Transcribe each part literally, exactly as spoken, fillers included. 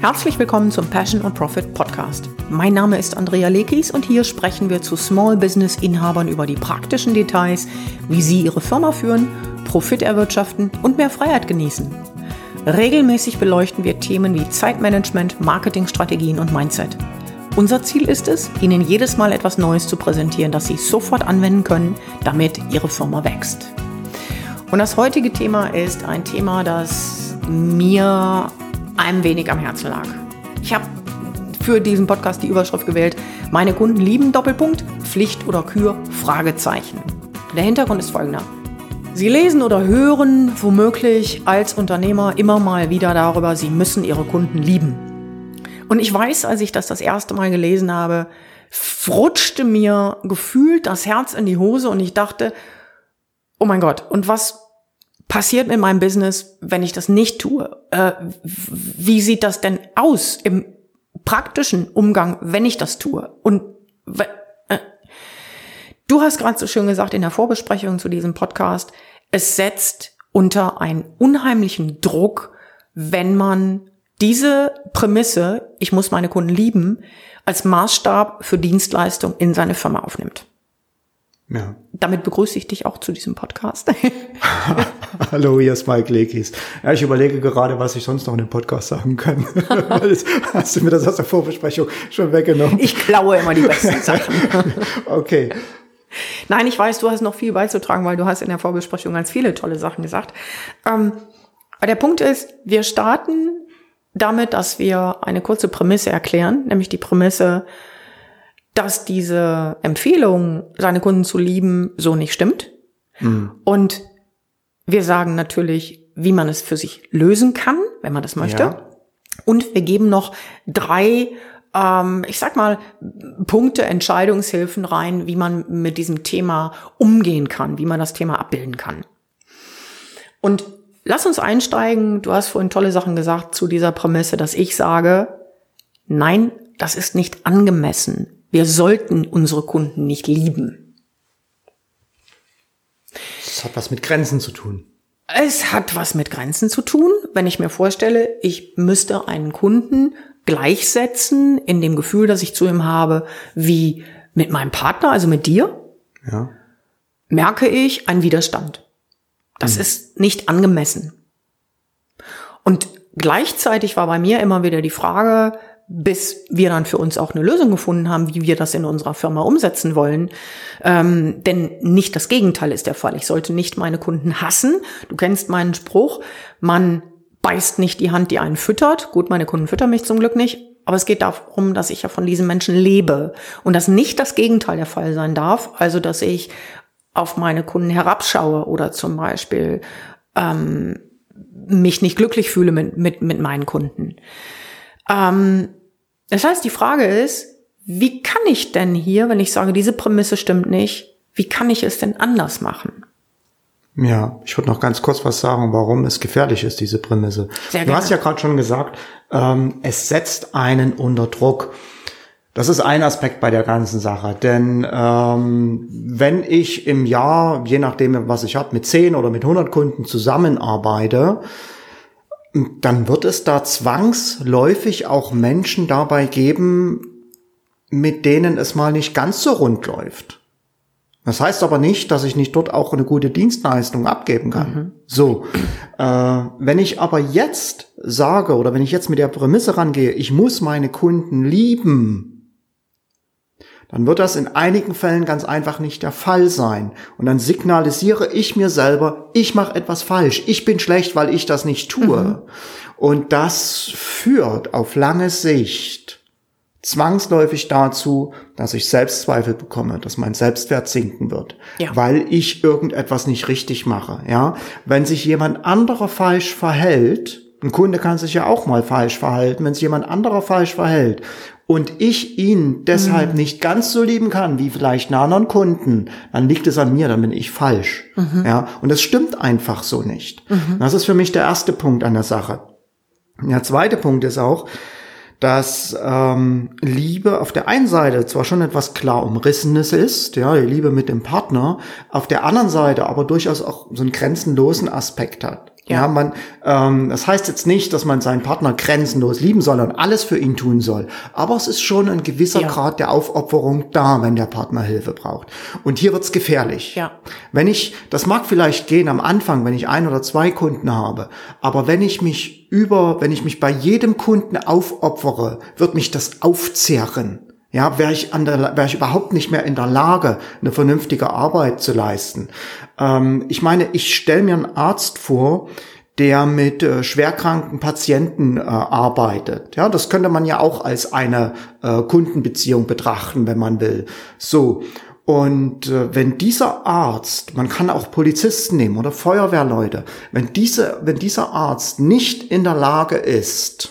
Herzlich willkommen zum Passion und Profit Podcast. Mein Name ist Andrea Lekis und hier sprechen wir zu Small Business Inhabern über die praktischen Details, wie sie ihre Firma führen, Profit erwirtschaften und mehr Freiheit genießen. Regelmäßig beleuchten wir Themen wie Zeitmanagement, Marketingstrategien und Mindset. Unser Ziel ist es, Ihnen jedes Mal etwas Neues zu präsentieren, das Sie sofort anwenden können, damit Ihre Firma wächst. Und das heutige Thema ist ein Thema, das mir ein wenig am Herzen lag. Ich habe für diesen Podcast die Überschrift gewählt: Meine Kunden lieben Doppelpunkt, Pflicht oder Kür, Fragezeichen. Der Hintergrund ist folgender. Sie lesen oder hören womöglich als Unternehmer immer mal wieder darüber, Sie müssen Ihre Kunden lieben. Und ich weiß, als ich das das erste Mal gelesen habe, rutschte mir gefühlt das Herz in die Hose und ich dachte, oh mein Gott, und was passiert mit meinem Business, wenn ich das nicht tue? Äh, wie sieht das denn aus im praktischen Umgang, wenn ich das tue? Und äh, du hast gerade so schön gesagt in der Vorbesprechung zu diesem Podcast, es setzt unter einen unheimlichen Druck, wenn man diese Prämisse, ich muss meine Kunden lieben, als Maßstab für Dienstleistung in seine Firma aufnimmt. Ja. Damit begrüße ich dich auch zu diesem Podcast. Hallo, hier ist Mike Lekis. Ja, ich überlege gerade, was ich sonst noch in dem Podcast sagen kann. Hast du mir das aus der Vorbesprechung schon weggenommen? Ich klaue immer die besten Sachen. Okay. Nein, ich weiß, du hast noch viel beizutragen, weil du hast in der Vorbesprechung ganz viele tolle Sachen gesagt. Ähm, aber der Punkt ist, wir starten damit, dass wir eine kurze Prämisse erklären, nämlich die Prämisse, dass diese Empfehlung, seine Kunden zu lieben, so nicht stimmt. Mhm. Und wir sagen natürlich, wie man es für sich lösen kann, wenn man das möchte. Ja. Und wir geben noch drei, ähm, ich sag mal, Punkte, Entscheidungshilfen rein, wie man mit diesem Thema umgehen kann, wie man das Thema abbilden kann. Und lass uns einsteigen. Du hast vorhin tolle Sachen gesagt zu dieser Prämisse, dass ich sage, nein, das ist nicht angemessen. Wir sollten unsere Kunden nicht lieben. Das hat was mit Grenzen zu tun. Es hat was mit Grenzen zu tun, wenn ich mir vorstelle, ich müsste einen Kunden gleichsetzen in dem Gefühl, das ich zu ihm habe, wie mit meinem Partner, also mit dir, ja. merke ich einen Widerstand. Das mhm. ist nicht angemessen. Und gleichzeitig war bei mir immer wieder die Frage, bis wir dann für uns auch eine Lösung gefunden haben, wie wir das in unserer Firma umsetzen wollen. Ähm, denn nicht das Gegenteil ist der Fall. Ich sollte nicht meine Kunden hassen. Du kennst meinen Spruch, man beißt nicht die Hand, die einen füttert. Gut, meine Kunden füttern mich zum Glück nicht. Aber es geht darum, dass ich ja von diesen Menschen lebe. Und dass nicht das Gegenteil der Fall sein darf. Also, dass ich auf meine Kunden herabschaue oder zum Beispiel ähm, mich nicht glücklich fühle mit, mit, mit meinen Kunden. Ähm, das heißt, die Frage ist, wie kann ich denn hier, wenn ich sage, diese Prämisse stimmt nicht, wie kann ich es denn anders machen? Ja, ich würde noch ganz kurz was sagen, warum es gefährlich ist, diese Prämisse. Sehr du gerne. hast ja gerade schon gesagt, ähm, es setzt einen unter Druck. Das ist ein Aspekt bei der ganzen Sache, denn ähm, wenn ich im Jahr, je nachdem, was ich habe, mit zehn oder mit hundert Kunden zusammenarbeite, dann wird es da zwangsläufig auch Menschen dabei geben, mit denen es mal nicht ganz so rund läuft. Das heißt aber nicht, dass ich nicht dort auch eine gute Dienstleistung abgeben kann. Mhm. So, äh, wenn ich aber jetzt sage oder wenn ich jetzt mit der Prämisse rangehe, ich muss meine Kunden lieben, dann wird das in einigen Fällen ganz einfach nicht der Fall sein. Und dann signalisiere ich mir selber, ich mache etwas falsch, ich bin schlecht, weil ich das nicht tue. Mhm. Und das führt auf lange Sicht zwangsläufig dazu, dass ich Selbstzweifel bekomme, dass mein Selbstwert sinken wird, ja. weil ich irgendetwas nicht richtig mache. Ja, wenn sich jemand anderer falsch verhält, ein Kunde kann sich ja auch mal falsch verhalten, wenn sich jemand anderer falsch verhält und ich ihn deshalb mhm. nicht ganz so lieben kann wie vielleicht einen anderen Kunden, dann liegt es an mir, dann bin ich falsch. Mhm. Ja, und das stimmt einfach so nicht. Mhm. Das ist für mich der erste Punkt an der Sache. Der zweite Punkt ist auch, dass ähm, Liebe auf der einen Seite zwar schon etwas klar Umrissenes ist, ja, die Liebe mit dem Partner, auf der anderen Seite aber durchaus auch so einen grenzenlosen Aspekt hat. Ja, ja man, ähm, das heißt jetzt nicht, dass man seinen Partner grenzenlos lieben soll und alles für ihn tun soll. Aber es ist schon ein gewisser ja. Grad der Aufopferung da, wenn der Partner Hilfe braucht. Und hier wird's gefährlich. Ja. Wenn ich, das mag vielleicht gehen am Anfang, wenn ich ein oder zwei Kunden habe, aber wenn ich mich über, wenn ich mich bei jedem Kunden aufopfere, wird mich das aufzehren. Ja, wäre ich an der, wäre ich überhaupt nicht mehr in der Lage, eine vernünftige Arbeit zu leisten. Ähm, ich meine, ich stelle mir einen Arzt vor, der mit äh, schwerkranken Patienten äh, arbeitet. Ja, das könnte man ja auch als eine äh, Kundenbeziehung betrachten, wenn man will. So. Und äh, wenn dieser Arzt, man kann auch Polizisten nehmen oder Feuerwehrleute, wenn diese, wenn dieser Arzt nicht in der Lage ist,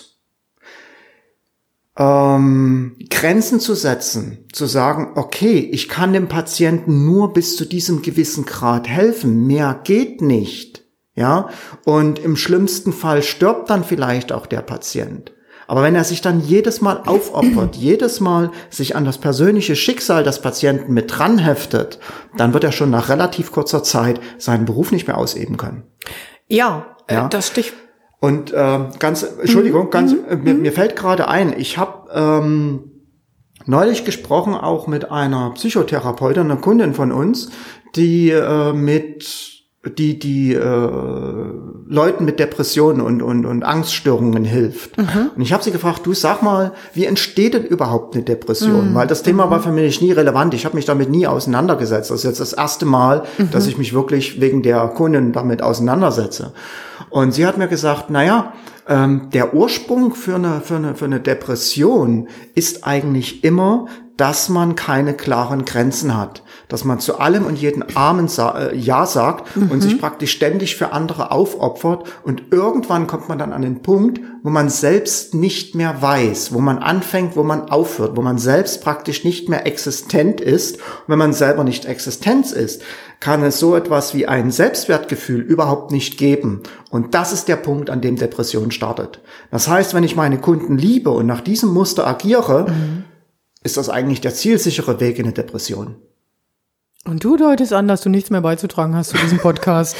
Ähm, Grenzen zu setzen, zu sagen, okay, ich kann dem Patienten nur bis zu diesem gewissen Grad helfen, mehr geht nicht, ja, und im schlimmsten Fall stirbt dann vielleicht auch der Patient. Aber wenn er sich dann jedes Mal aufopfert, jedes Mal sich an das persönliche Schicksal des Patienten mit dran heftet, dann wird er schon nach relativ kurzer Zeit seinen Beruf nicht mehr ausüben können. Ja, ja? Äh, das Stichwort. Und äh, ganz, Entschuldigung, ganz, äh, mir, mir fällt gerade ein, ich habe ähm, neulich gesprochen auch mit einer Psychotherapeutin, einer Kundin von uns, die äh, mit die die äh, Leuten mit Depressionen und und und Angststörungen hilft. Mhm. Und ich habe sie gefragt, du sag mal, wie entsteht denn überhaupt eine Depression? Mhm. Weil das Thema war für mich nie relevant. Ich habe mich damit nie auseinandergesetzt. Das ist jetzt das erste Mal, mhm. dass ich mich wirklich wegen der Kundin damit auseinandersetze. Und sie hat mir gesagt, naja, ähm, der Ursprung für eine, für eine, für eine Depression ist eigentlich immer, dass man keine klaren Grenzen hat. Dass man zu allem und jedem Amen sa- äh, Ja sagt mhm. und sich praktisch ständig für andere aufopfert. Und irgendwann kommt man dann an den Punkt, wo man selbst nicht mehr weiß, wo man anfängt, wo man aufhört, wo man selbst praktisch nicht mehr existent ist. Und wenn man selber nicht Existenz ist, kann es so etwas wie ein Selbstwertgefühl überhaupt nicht geben. Und das ist der Punkt, an dem Depression startet. Das heißt, wenn ich meine Kunden liebe und nach diesem Muster agiere, mhm. ist das eigentlich der zielsichere Weg in eine Depression. Und du deutest an, dass du nichts mehr beizutragen hast zu diesem Podcast.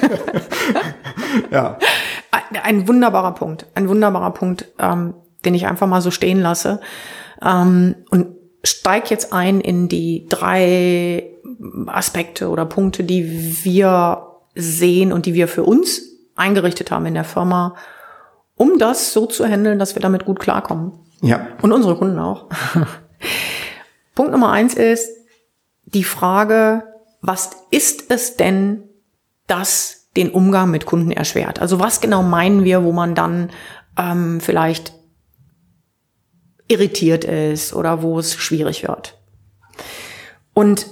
Ja. Ein, ein wunderbarer Punkt, ein wunderbarer Punkt, ähm, den ich einfach mal so stehen lasse. Ähm, und steig jetzt ein in die drei Aspekte oder Punkte, die wir sehen und die wir für uns eingerichtet haben in der Firma, um das so zu handeln, dass wir damit gut klarkommen. Ja. Und unsere Kunden auch. Punkt Nummer eins ist die Frage, was ist es denn, das den Umgang mit Kunden erschwert? Also was genau meinen wir, wo man dann ähm, vielleicht irritiert ist oder wo es schwierig wird? Und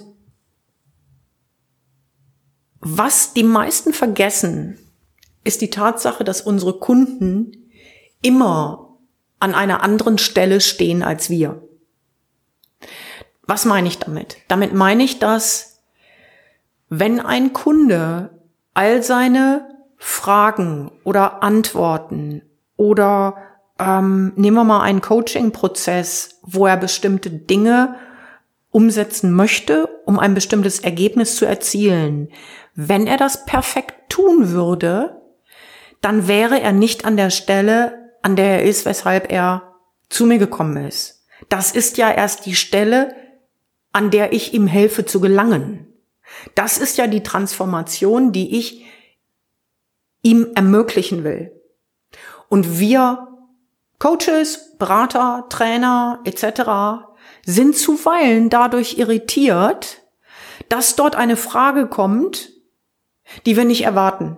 was die meisten vergessen, ist die Tatsache, dass unsere Kunden immer an einer anderen Stelle stehen als wir. Was meine ich damit? Damit meine ich, dass wenn ein Kunde all seine Fragen oder Antworten oder ähm, nehmen wir mal einen Coaching-Prozess, wo er bestimmte Dinge umsetzen möchte, um ein bestimmtes Ergebnis zu erzielen. Wenn er das perfekt tun würde, dann wäre er nicht an der Stelle, an der er ist, weshalb er zu mir gekommen ist. Das ist ja erst die Stelle, an der ich ihm helfe zu gelangen. Das ist ja die Transformation, die ich ihm ermöglichen will. Und wir Coaches, Berater, Trainer et cetera sind zuweilen dadurch irritiert, dass dort eine Frage kommt, die wir nicht erwarten.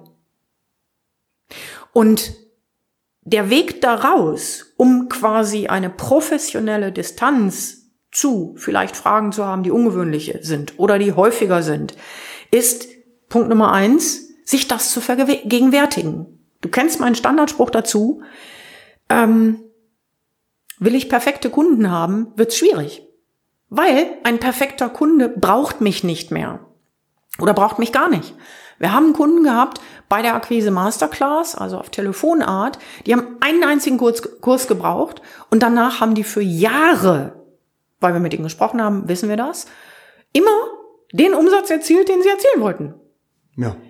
Und der Weg daraus, um quasi eine professionelle Distanz zu vielleicht Fragen zu haben, die ungewöhnlich sind oder die häufiger sind, ist Punkt Nummer eins, sich das zu vergegenwärtigen. Du kennst meinen Standardspruch dazu, ähm, will ich perfekte Kunden haben, wird's schwierig. Weil ein perfekter Kunde braucht mich nicht mehr oder braucht mich gar nicht. Wir haben einen Kunden gehabt bei der Akquise Masterclass, also auf Telefonart, die haben einen einzigen Kurs, Kurs gebraucht und danach haben die für Jahre, weil wir mit ihnen gesprochen haben, wissen wir das, immer den Umsatz erzielt, den sie erzielen wollten. Ja.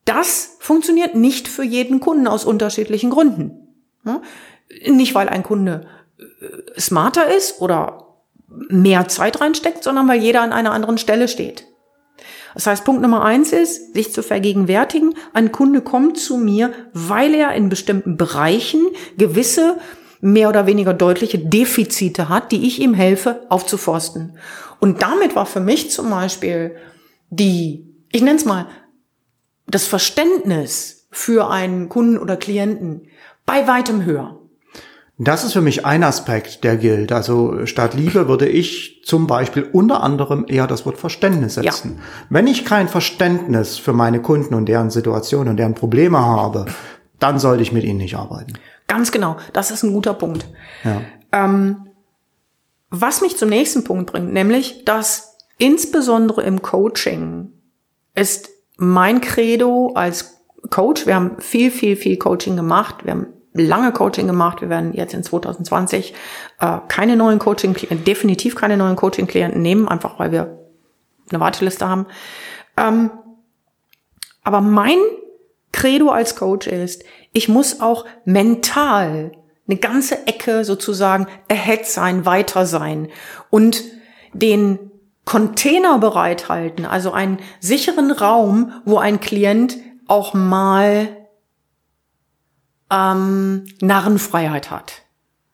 Das funktioniert nicht für jeden Kunden aus unterschiedlichen Gründen. Nicht, weil ein Kunde smarter ist oder mehr Zeit reinsteckt, sondern weil jeder an einer anderen Stelle steht. Das heißt, Punkt Nummer eins ist, sich zu vergegenwärtigen, ein Kunde kommt zu mir, weil er in bestimmten Bereichen gewisse, mehr oder weniger deutliche Defizite hat, die ich ihm helfe aufzuforsten. Und damit war für mich zum Beispiel die, ich nenne es mal, das Verständnis für einen Kunden oder Klienten bei weitem höher. Das ist für mich ein Aspekt, der gilt. Also statt Liebe würde ich zum Beispiel unter anderem eher das Wort Verständnis setzen. Ja. Wenn ich kein Verständnis für meine Kunden und deren Situation und deren Probleme habe, dann sollte ich mit ihnen nicht arbeiten. Ganz genau, das ist ein guter Punkt. Ja. Ähm, was mich zum nächsten Punkt bringt, nämlich, dass insbesondere im Coaching ist mein Credo als Coach, wir haben viel, viel, viel Coaching gemacht, wir haben lange Coaching gemacht. Wir werden jetzt in zwanzig zwanzig äh, keine neuen Coaching-Klienten, definitiv keine neuen Coaching-Klienten nehmen, einfach weil wir eine Warteliste haben. Ähm, aber mein Credo als Coach ist, ich muss auch mental eine ganze Ecke sozusagen ahead sein, weiter sein und den Container bereithalten, also einen sicheren Raum, wo ein Klient auch mal Ähm, Narrenfreiheit hat.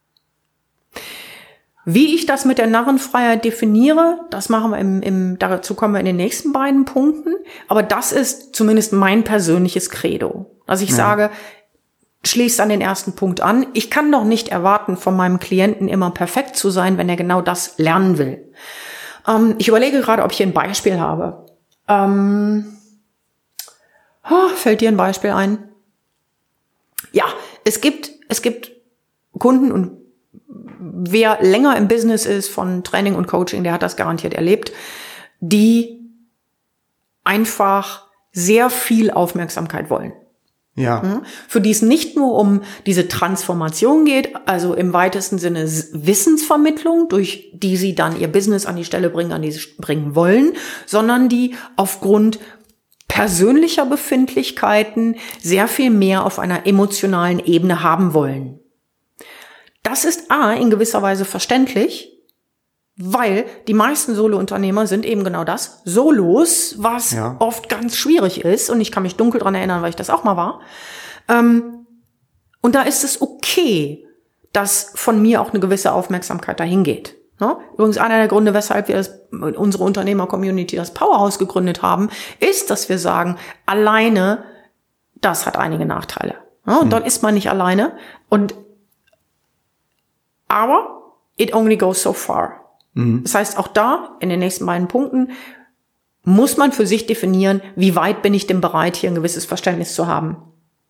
Wie ich das mit der Narrenfreiheit definiere, das machen wir im, im, dazu kommen wir in den nächsten beiden Punkten. Aber das ist zumindest mein persönliches Credo. Also ich ja. sage, schließt an den ersten Punkt an. Ich kann doch nicht erwarten, von meinem Klienten immer perfekt zu sein, wenn er genau das lernen will. Ähm, ich überlege gerade, ob ich hier ein Beispiel habe. Ähm, oh, fällt dir ein Beispiel ein? Ja, es gibt, es gibt Kunden und wer länger im Business ist von Training und Coaching, der hat das garantiert erlebt, die einfach sehr viel Aufmerksamkeit wollen. Ja. Für die es nicht nur um diese Transformation geht, also im weitesten Sinne Wissensvermittlung, durch die sie dann ihr Business an die Stelle bringen, an die sie bringen wollen, sondern die aufgrund persönlicher Befindlichkeiten sehr viel mehr auf einer emotionalen Ebene haben wollen. Das ist A, in gewisser Weise verständlich, weil die meisten Solo-Unternehmer sind eben genau das, Solos, was ja. oft ganz schwierig ist. Und ich kann mich dunkel dran erinnern, weil ich das auch mal war. Und da ist es okay, dass von mir auch eine gewisse Aufmerksamkeit dahin geht. Übrigens einer der Gründe, weshalb wir das, unsere Unternehmer-Community das Powerhouse gegründet haben, ist, dass wir sagen, alleine, das hat einige Nachteile. Und hm. dort ist man nicht alleine. Und aber it only goes so far. Mhm. Das heißt, auch da, in den nächsten beiden Punkten, muss man für sich definieren, wie weit bin ich denn bereit, hier ein gewisses Verständnis zu haben.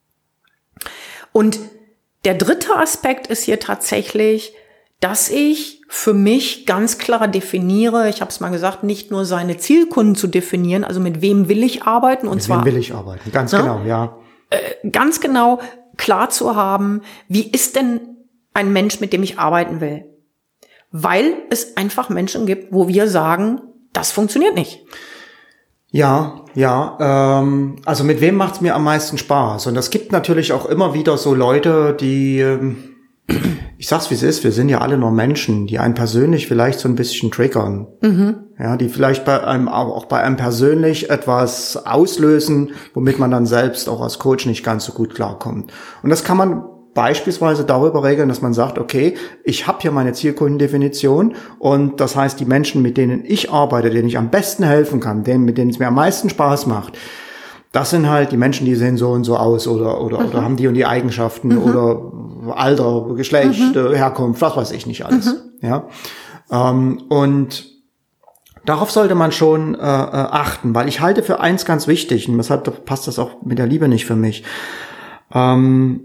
Und der dritte Aspekt ist hier tatsächlich, dass ich für mich ganz klar definiere, ich habe es mal gesagt, nicht nur seine Zielkunden zu definieren, also mit wem will ich arbeiten. Und mit zwar wem will ich arbeiten, ganz ja, genau, ja. Äh, ganz genau klar zu haben, wie ist denn ein Mensch, mit dem ich arbeiten will? Weil es einfach Menschen gibt, wo wir sagen, das funktioniert nicht. Ja, ja, ähm, also mit wem macht's mir am meisten Spaß? Und es gibt natürlich auch immer wieder so Leute, die... Ähm, ich sag's, wie es ist, wir sind ja alle nur Menschen, die einen persönlich vielleicht so ein bisschen triggern. Mhm. Ja, die vielleicht bei einem, auch bei einem persönlich etwas auslösen, womit man dann selbst auch als Coach nicht ganz so gut klarkommt. Und das kann man beispielsweise darüber regeln, dass man sagt, okay, ich habe hier meine Zielkundendefinition und das heißt, die Menschen, mit denen ich arbeite, denen ich am besten helfen kann, denen, mit denen es mir am meisten Spaß macht, das sind halt die Menschen, die sehen so und so aus oder oder mhm. oder haben die und die Eigenschaften mhm. oder Alter, Geschlecht, mhm. Herkunft, was weiß ich nicht alles. Mhm. Ja, ähm, und darauf sollte man schon äh, achten, weil ich halte für eins ganz wichtig und deshalb passt das auch mit der Liebe nicht für mich. Ähm,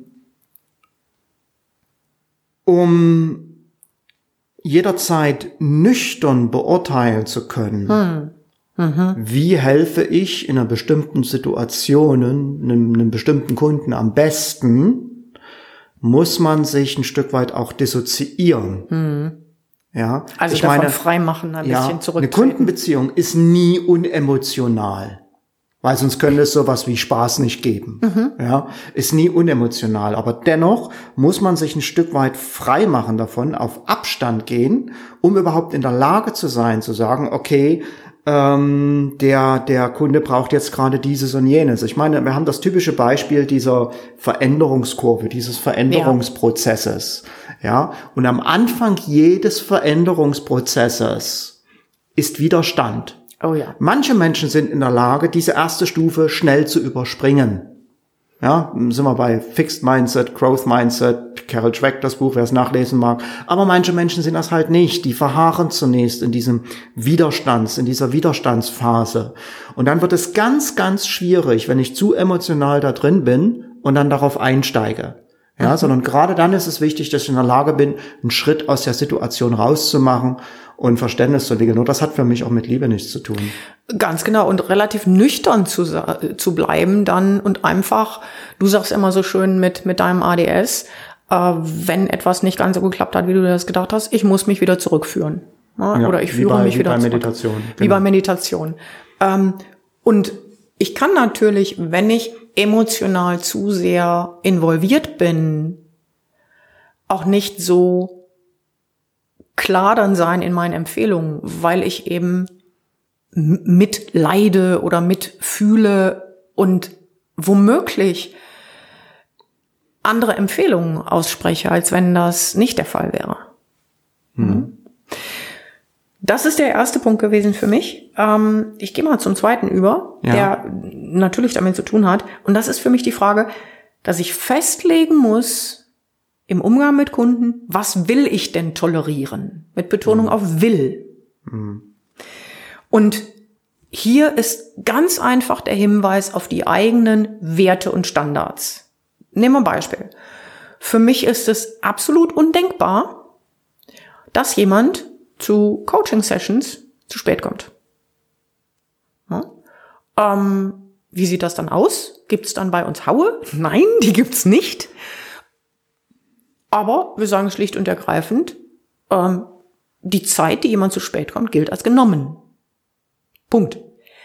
um jederzeit nüchtern beurteilen zu können. Mhm. Mhm. Wie helfe ich in einer bestimmten Situation, einem, einem bestimmten Kunden am besten, muss man sich ein Stück weit auch dissoziieren. Mhm. Ja, also ich davon meine, frei machen, ein ja, bisschen zurücktreten. Eine Kundenbeziehung ist nie unemotional. Weil sonst könnte es sowas wie Spaß nicht geben. Mhm. Ja, ist nie unemotional. Aber dennoch muss man sich ein Stück weit frei machen davon, auf Abstand gehen, um überhaupt in der Lage zu sein, zu sagen, okay, ähm, der, der Kunde braucht jetzt gerade dieses und jenes. Ich meine, wir haben das typische Beispiel dieser Veränderungskurve, dieses Veränderungsprozesses. Ja, ja? Und am Anfang jedes Veränderungsprozesses ist Widerstand. Oh ja. Manche Menschen sind in der Lage, diese erste Stufe schnell zu überspringen. Ja, sind wir bei Fixed Mindset, Growth Mindset, Carol Dweck, das Buch, wer es nachlesen mag. Aber manche Menschen sind das halt nicht. Die verharren zunächst in diesem Widerstands, in dieser Widerstandsphase. Und dann wird es ganz, ganz schwierig, wenn ich zu emotional da drin bin und dann darauf einsteige. Ja, mhm. sondern gerade dann ist es wichtig, dass ich in der Lage bin, einen Schritt aus der Situation rauszumachen und Verständnis zu entwickeln. Und das hat für mich auch mit Liebe nichts zu tun. Ganz genau. Und relativ nüchtern zu, zu bleiben dann und einfach, du sagst immer so schön mit, mit deinem A D S, äh, wenn etwas nicht ganz so geklappt hat, wie du dir das gedacht hast, ich muss mich wieder zurückführen. Ja? Ja, oder ich führe bei, mich wieder zurück. Wie bei Meditation. Genau. Wie bei Meditation. Ähm, und ich kann natürlich, wenn ich emotional zu sehr involviert bin, auch nicht so klar dann sein in meinen Empfehlungen, weil ich eben mitleide oder mitfühle und womöglich andere Empfehlungen ausspreche, als wenn das nicht der Fall wäre. Mhm. Das ist der erste Punkt gewesen für mich. Ähm, ich gehe mal zum zweiten über, ja. der natürlich damit zu tun hat. Und das ist für mich die Frage, dass ich festlegen muss, im Umgang mit Kunden, was will ich denn tolerieren? Mit Betonung mhm. auf will. Mhm. Und hier ist ganz einfach der Hinweis auf die eigenen Werte und Standards. Nehmen wir ein Beispiel. Für mich ist es absolut undenkbar, dass jemand zu Coaching-Sessions zu spät kommt. Ja? Ähm, wie sieht das dann aus? Gibt es dann bei uns Haue? Nein, die gibt's nicht. Aber wir sagen schlicht und ergreifend, ähm, die Zeit, die jemand zu spät kommt, gilt als genommen. Punkt.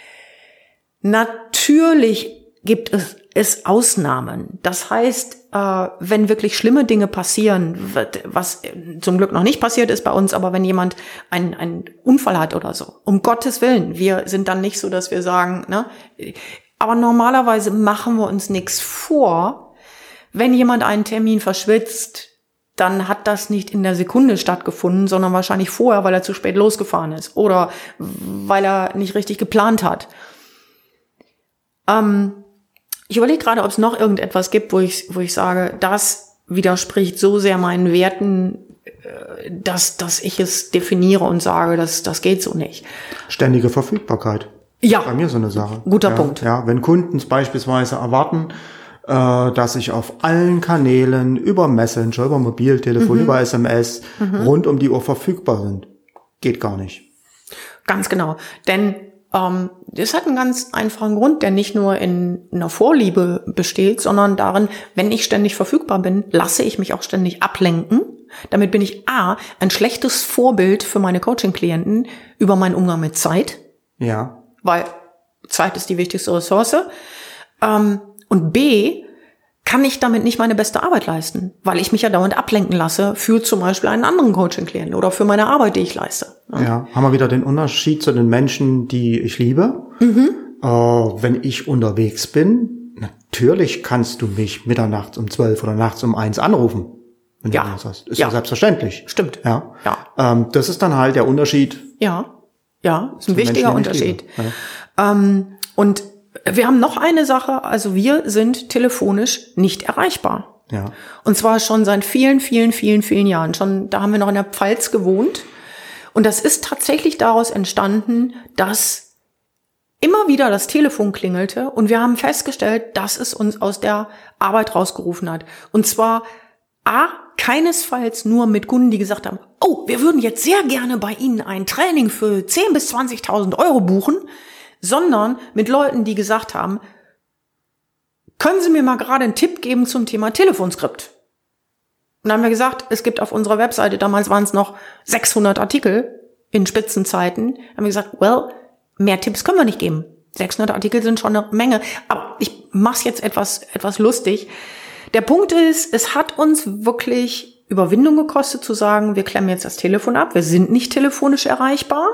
Natürlich gibt es, es Ausnahmen. Das heißt, äh, wenn wirklich schlimme Dinge passieren, was zum Glück noch nicht passiert ist bei uns, aber wenn jemand einen, einen Unfall hat oder so, um Gottes Willen, wir sind dann nicht so, dass wir sagen, ne, aber normalerweise machen wir uns nichts vor. Wenn jemand einen Termin verschwitzt, dann hat das nicht in der Sekunde stattgefunden, sondern wahrscheinlich vorher, weil er zu spät losgefahren ist oder weil er nicht richtig geplant hat. Ähm, ich überlege gerade, ob es noch irgendetwas gibt, wo ich, wo ich sage, das widerspricht so sehr meinen Werten, dass, dass ich es definiere und sage, das, das geht so nicht. Ständige Verfügbarkeit. Ja. Bei mir so eine Sache. Guter ja, Punkt. Ja, wenn Kunden beispielsweise erwarten, dass ich auf allen Kanälen über Messenger, über Mobiltelefon, mhm. über S M S mhm. rund um die Uhr verfügbar sind. Geht gar nicht. Ganz genau. Denn ähm, das hat einen ganz einfachen Grund, der nicht nur in einer Vorliebe besteht, sondern darin, wenn ich ständig verfügbar bin, lasse ich mich auch ständig ablenken. Damit bin ich A, ein schlechtes Vorbild für meine Coaching-Klienten über meinen Umgang mit Zeit. Ja. Weil Zeit ist die wichtigste Ressource. Ähm, Und B, kann ich damit nicht meine beste Arbeit leisten, weil ich mich ja dauernd ablenken lasse für zum Beispiel einen anderen Coaching-Klienten oder für meine Arbeit, die ich leiste. Ja, ja, haben wir wieder den Unterschied zu den Menschen, die ich liebe. Mhm. Äh, wenn ich unterwegs bin, natürlich kannst du mich mitternachts um zwölf oder nachts um eins anrufen. Wenn ja. du was hast. Ist ja. ja selbstverständlich. Stimmt. Ja. ja. Ähm, das ist dann halt der Unterschied. Ja, ja, ist ein wichtiger Menschen, Unterschied. Ja. Ähm, und wir haben noch eine Sache, also wir sind telefonisch nicht erreichbar. Ja. Und zwar schon seit vielen, vielen, vielen, vielen Jahren. Schon, da haben wir noch in der Pfalz gewohnt. Und das ist tatsächlich daraus entstanden, dass immer wieder das Telefon klingelte und wir haben festgestellt, dass es uns aus der Arbeit rausgerufen hat. Und zwar A, keinesfalls nur mit Kunden, die gesagt haben, oh, wir würden jetzt sehr gerne bei Ihnen ein Training für zehntausend bis zwanzigtausend Euro buchen, sondern mit Leuten, die gesagt haben, können Sie mir mal gerade einen Tipp geben zum Thema Telefonskript? Und dann haben wir gesagt, es gibt auf unserer Webseite, damals waren es noch sechshundert Artikel in Spitzenzeiten, haben wir gesagt, well, mehr Tipps können wir nicht geben. sechshundert Artikel sind schon eine Menge. Aber ich mach's jetzt etwas, etwas lustig. Der Punkt ist, es hat uns wirklich Überwindung gekostet zu sagen, wir klemmen jetzt das Telefon ab, wir sind nicht telefonisch erreichbar.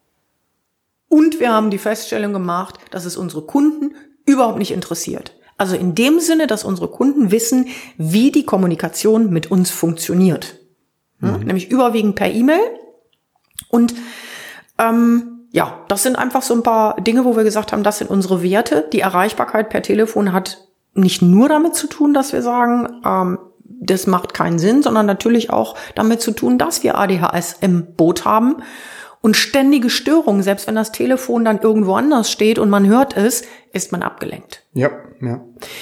Und wir haben die Feststellung gemacht, dass es unsere Kunden überhaupt nicht interessiert. Also in dem Sinne, dass unsere Kunden wissen, wie die Kommunikation mit uns funktioniert. Mhm. Nämlich überwiegend per E-Mail. Und ähm, ja, das sind einfach so ein paar Dinge, wo wir gesagt haben, das sind unsere Werte. Die Erreichbarkeit per Telefon hat nicht nur damit zu tun, dass wir sagen, ähm, das macht keinen Sinn, sondern natürlich auch damit zu tun, dass wir A D H S im Boot haben. Und ständige Störungen, selbst wenn das Telefon dann irgendwo anders steht und man hört es, ist man abgelenkt. Ja, ja.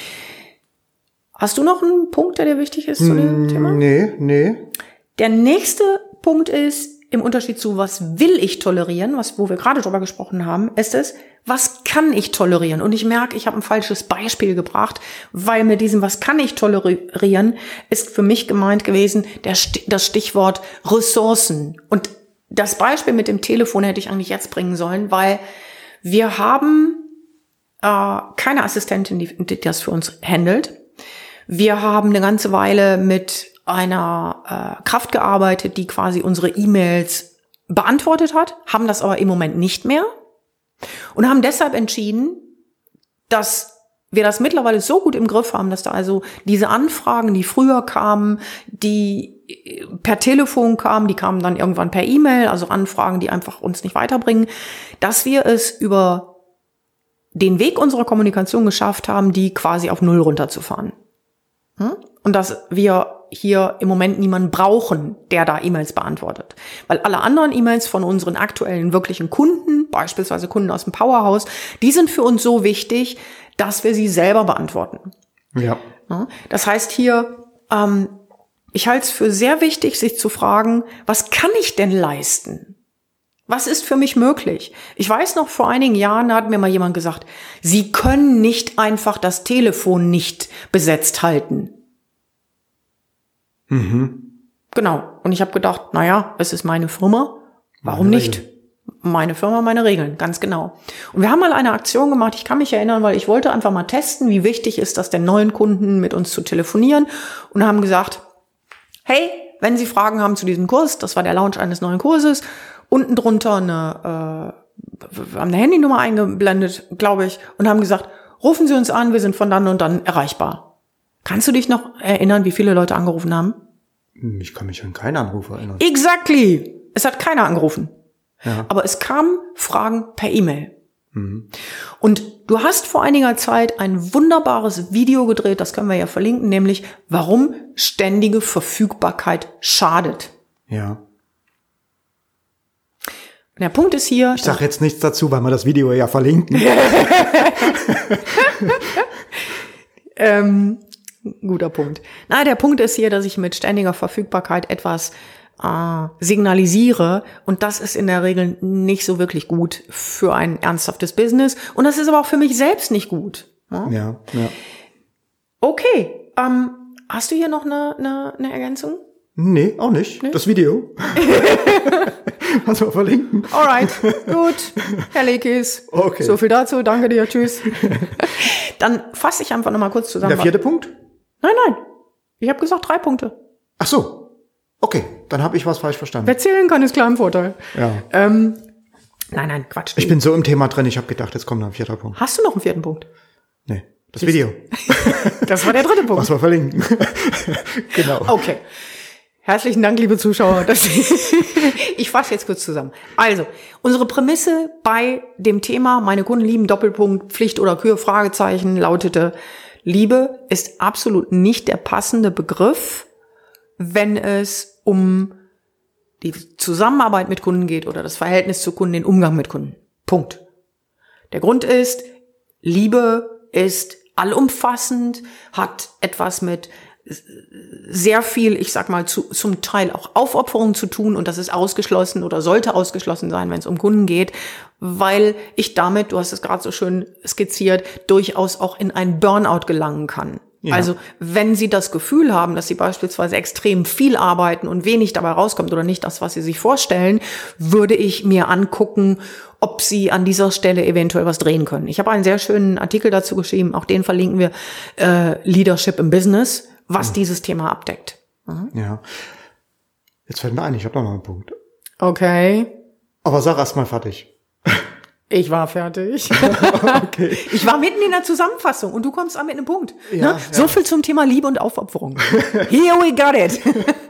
Hast du noch einen Punkt, der dir wichtig ist zu dem Thema? Nee, nee. Der nächste Punkt ist, im Unterschied zu was will ich tolerieren, was wo wir gerade drüber gesprochen haben, ist es, was kann ich tolerieren? Und ich merke, ich habe ein falsches Beispiel gebracht, weil mit diesem was kann ich tolerieren ist für mich gemeint gewesen der das Stichwort Ressourcen. Und das Beispiel mit dem Telefon hätte ich eigentlich jetzt bringen sollen, weil wir haben äh, keine Assistentin, die, die das für uns handelt. Wir haben eine ganze Weile mit einer äh, Kraft gearbeitet, die quasi unsere E-Mails beantwortet hat, haben das aber im Moment nicht mehr und haben deshalb entschieden, dass wir das mittlerweile so gut im Griff haben, dass da also diese Anfragen, die früher kamen, die per Telefon kamen, die kamen dann irgendwann per E-Mail, also Anfragen, die einfach uns nicht weiterbringen, dass wir es über den Weg unserer Kommunikation geschafft haben, die quasi auf Null runterzufahren. Und dass wir hier im Moment niemanden brauchen, der da E-Mails beantwortet. Weil alle anderen E-Mails von unseren aktuellen wirklichen Kunden, beispielsweise Kunden aus dem Powerhouse, die sind für uns so wichtig, dass wir sie selber beantworten. Ja. Das heißt hier, ähm, ich halte es für sehr wichtig, sich zu fragen, was kann ich denn leisten? Was ist für mich möglich? Ich weiß noch, vor einigen Jahren hat mir mal jemand gesagt, Sie können nicht einfach das Telefon nicht besetzt halten. Mhm. Genau. Und ich habe gedacht, naja, es ist meine Firma. Warum Meine nicht? Regeln. Meine Firma, meine Regeln, ganz genau. Und wir haben mal eine Aktion gemacht, ich kann mich erinnern, weil ich wollte einfach mal testen, wie wichtig ist das den neuen Kunden mit uns zu telefonieren und haben gesagt, hey, wenn Sie Fragen haben zu diesem Kurs, das war der Launch eines neuen Kurses, unten drunter eine, äh, wir haben eine Handynummer eingeblendet, glaube ich, und haben gesagt, rufen Sie uns an, wir sind von dann und dann erreichbar. Kannst du dich noch erinnern, wie viele Leute angerufen haben? Ich kann mich an keinen Anruf erinnern. Exactly! Es hat keiner angerufen. Ja. Aber es kamen Fragen per E-Mail. Mhm. Und du hast vor einiger Zeit ein wunderbares Video gedreht, das können wir ja verlinken, nämlich warum ständige Verfügbarkeit schadet. Ja. Und der Punkt ist hier... Ich sage jetzt nichts dazu, weil wir das Video ja verlinken. ähm, guter Punkt. Na, der Punkt ist hier, dass ich mit ständiger Verfügbarkeit etwas äh, signalisiere und das ist in der Regel nicht so wirklich gut für ein ernsthaftes Business und das ist aber auch für mich selbst nicht gut. Ja, ja. ja. Okay, ähm, hast du hier noch eine, eine, eine Ergänzung? Nee, auch nicht. Nee? Das Video. Was wir verlinken. Alright, gut. Herr Lekis. Okay. So viel dazu. Danke dir. Tschüss. Dann fasse ich einfach nochmal kurz zusammen. Der vierte Punkt? Nein, nein. Ich habe gesagt drei Punkte. Ach so. Okay, dann habe ich was falsch verstanden. Wer zählen kann, ist klar im Vorteil. Ja. Ähm, nein, nein, Quatsch. Ich bin so im Thema drin, ich habe gedacht, jetzt kommt noch ein vierter Punkt. Hast du noch einen vierten Punkt? Nee, das Video. Das war der dritte Punkt. Was wir verlinken. Genau. Okay. Herzlichen Dank, liebe Zuschauer. Das ich fasse jetzt kurz zusammen. Also, unsere Prämisse bei dem Thema meine Kunden lieben, Doppelpunkt, Pflicht oder Kür, Fragezeichen, lautete, Liebe ist absolut nicht der passende Begriff, wenn es um die Zusammenarbeit mit Kunden geht oder das Verhältnis zu Kunden, den Umgang mit Kunden. Punkt. Der Grund ist, Liebe ist allumfassend, hat etwas mit sehr viel, ich sag mal, zu, zum Teil auch Aufopferung zu tun und das ist ausgeschlossen oder sollte ausgeschlossen sein, wenn es um Kunden geht, weil ich damit, du hast es gerade so schön skizziert, durchaus auch in ein Burnout gelangen kann. Ja. Also wenn Sie das Gefühl haben, dass Sie beispielsweise extrem viel arbeiten und wenig dabei rauskommt oder nicht das, was Sie sich vorstellen, würde ich mir angucken, ob Sie an dieser Stelle eventuell was drehen können. Ich habe einen sehr schönen Artikel dazu geschrieben, auch den verlinken wir, äh, Leadership im Business, was ja. dieses Thema abdeckt. Mhm. Ja. Jetzt fällt mir ein, ich habe noch einen Punkt. Okay. Aber sag erst mal fertig. Ich war fertig. Okay. Ich war mitten in der Zusammenfassung und du kommst an mit einem Punkt. Ja, ne? So ja. viel zum Thema Liebe und Aufopferung. Here we got it.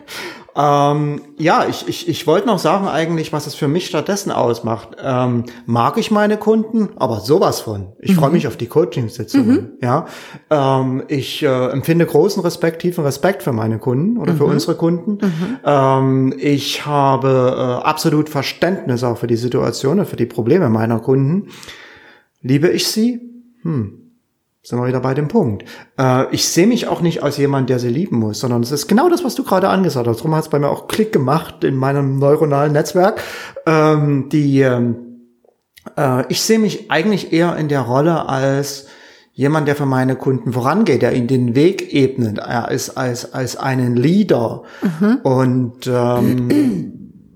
ähm, ja, ich, ich, ich wollte noch sagen eigentlich, was es für mich stattdessen ausmacht. Ähm, mag ich meine Kunden, aber sowas von. Ich mhm. freue mich auf die Coaching-Sitzungen. Mhm. Ja, ähm, ich äh, empfinde großen Respekt, tiefen Respekt für meine Kunden oder mhm. für unsere Kunden. Mhm. Ähm, ich habe äh, absolut Verständnis auch für die Situation und für die Probleme meiner Kunden. Liebe ich sie? Hm. Sind wir wieder bei dem Punkt. Äh, ich sehe mich auch nicht als jemand, der sie lieben muss, sondern es ist genau das, was du gerade angesagt hast. Darum hat es bei mir auch Klick gemacht in meinem neuronalen Netzwerk. Ähm, die, ähm, äh, ich sehe mich eigentlich eher in der Rolle als jemand, der für meine Kunden vorangeht, der ihnen den Weg ebnet. Er ist als als einen Leader. Mhm. Und ähm,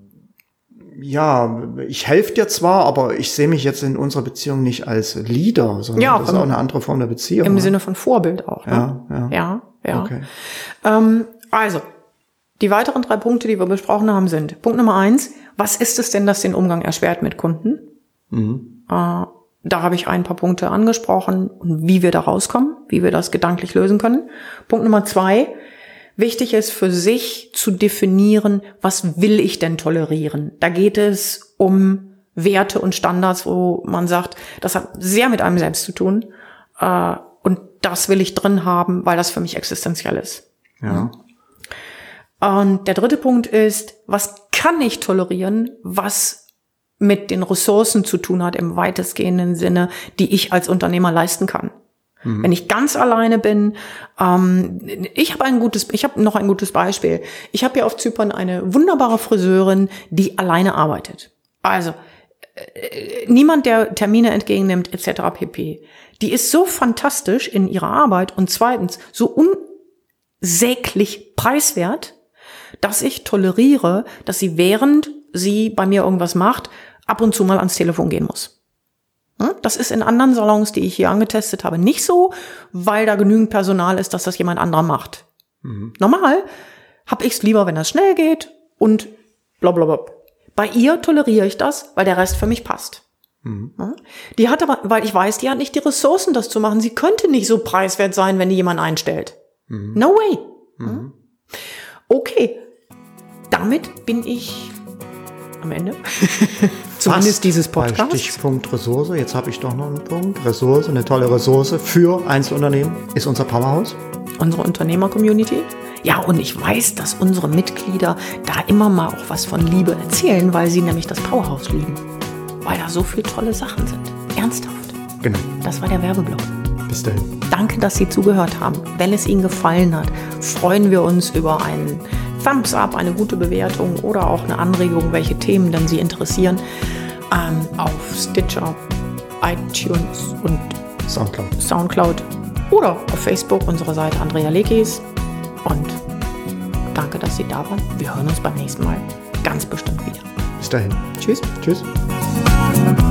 ja, ich helfe dir zwar, aber ich sehe mich jetzt in unserer Beziehung nicht als Leader, sondern ja, das ist auch eine andere Form der Beziehung. Im ne? Sinne von Vorbild auch. Ne? Ja, ja. Ja, ja. Okay. Ähm, also, die weiteren drei Punkte, die wir besprochen haben, sind Punkt Nummer eins, was ist es denn, das den Umgang erschwert mit Kunden? Mhm. Äh, da habe ich ein paar Punkte angesprochen und wie wir da rauskommen, wie wir das gedanklich lösen können. Punkt Nummer zwei, wichtig ist für sich zu definieren, was will ich denn tolerieren? Da geht es um Werte und Standards, wo man sagt, das hat sehr mit einem selbst zu tun. Äh, und das will ich drin haben, weil das für mich existenziell ist. Ja. Und der dritte Punkt ist, was kann ich tolerieren, was mit den Ressourcen zu tun hat im weitestgehenden Sinne, die ich als Unternehmer leisten kann. Wenn ich ganz alleine bin, ähm, ich habe ein gutes, ich habe noch ein gutes Beispiel. Ich habe ja auf Zypern eine wunderbare Friseurin, die alleine arbeitet. Also äh, niemand, der Termine entgegennimmt, et cetera pp. Die ist so fantastisch in ihrer Arbeit und zweitens so unsäglich preiswert, dass ich toleriere, dass sie, während sie bei mir irgendwas macht, ab und zu mal ans Telefon gehen muss. Das ist in anderen Salons, die ich hier angetestet habe, nicht so, weil da genügend Personal ist, dass das jemand anderer macht. Mhm. Normal habe ich es lieber, wenn das schnell geht und blablabla. Bei ihr toleriere ich das, weil der Rest für mich passt. Mhm. Die hat aber, weil ich weiß, die hat nicht die Ressourcen, das zu machen. Sie könnte nicht so preiswert sein, wenn die jemand einstellt. Mhm. No way. Mhm. Okay, damit bin ich am Ende. Zumindest dieses Podcast. Stichpunkt Ressource. Jetzt habe ich doch noch einen Punkt. Ressource, eine tolle Ressource für Einzelunternehmen ist unser Powerhouse. Unsere Unternehmer-Community. Ja, und ich weiß, dass unsere Mitglieder da immer mal auch was von Liebe erzählen, weil sie nämlich das Powerhouse lieben. Weil da so viele tolle Sachen sind. Ernsthaft. Genau. Das war der Werbeblock. Bis dahin. Danke, dass Sie zugehört haben. Wenn es Ihnen gefallen hat, freuen wir uns über einen Thumbs up, eine gute Bewertung oder auch eine Anregung, welche Themen denn Sie interessieren, ähm, auf Stitcher, iTunes und Soundcloud. Soundcloud oder auf Facebook, unsere Seite Andrea Lekis. Und danke, dass Sie da waren. Wir hören uns beim nächsten Mal ganz bestimmt wieder. Bis dahin. Tschüss. Tschüss.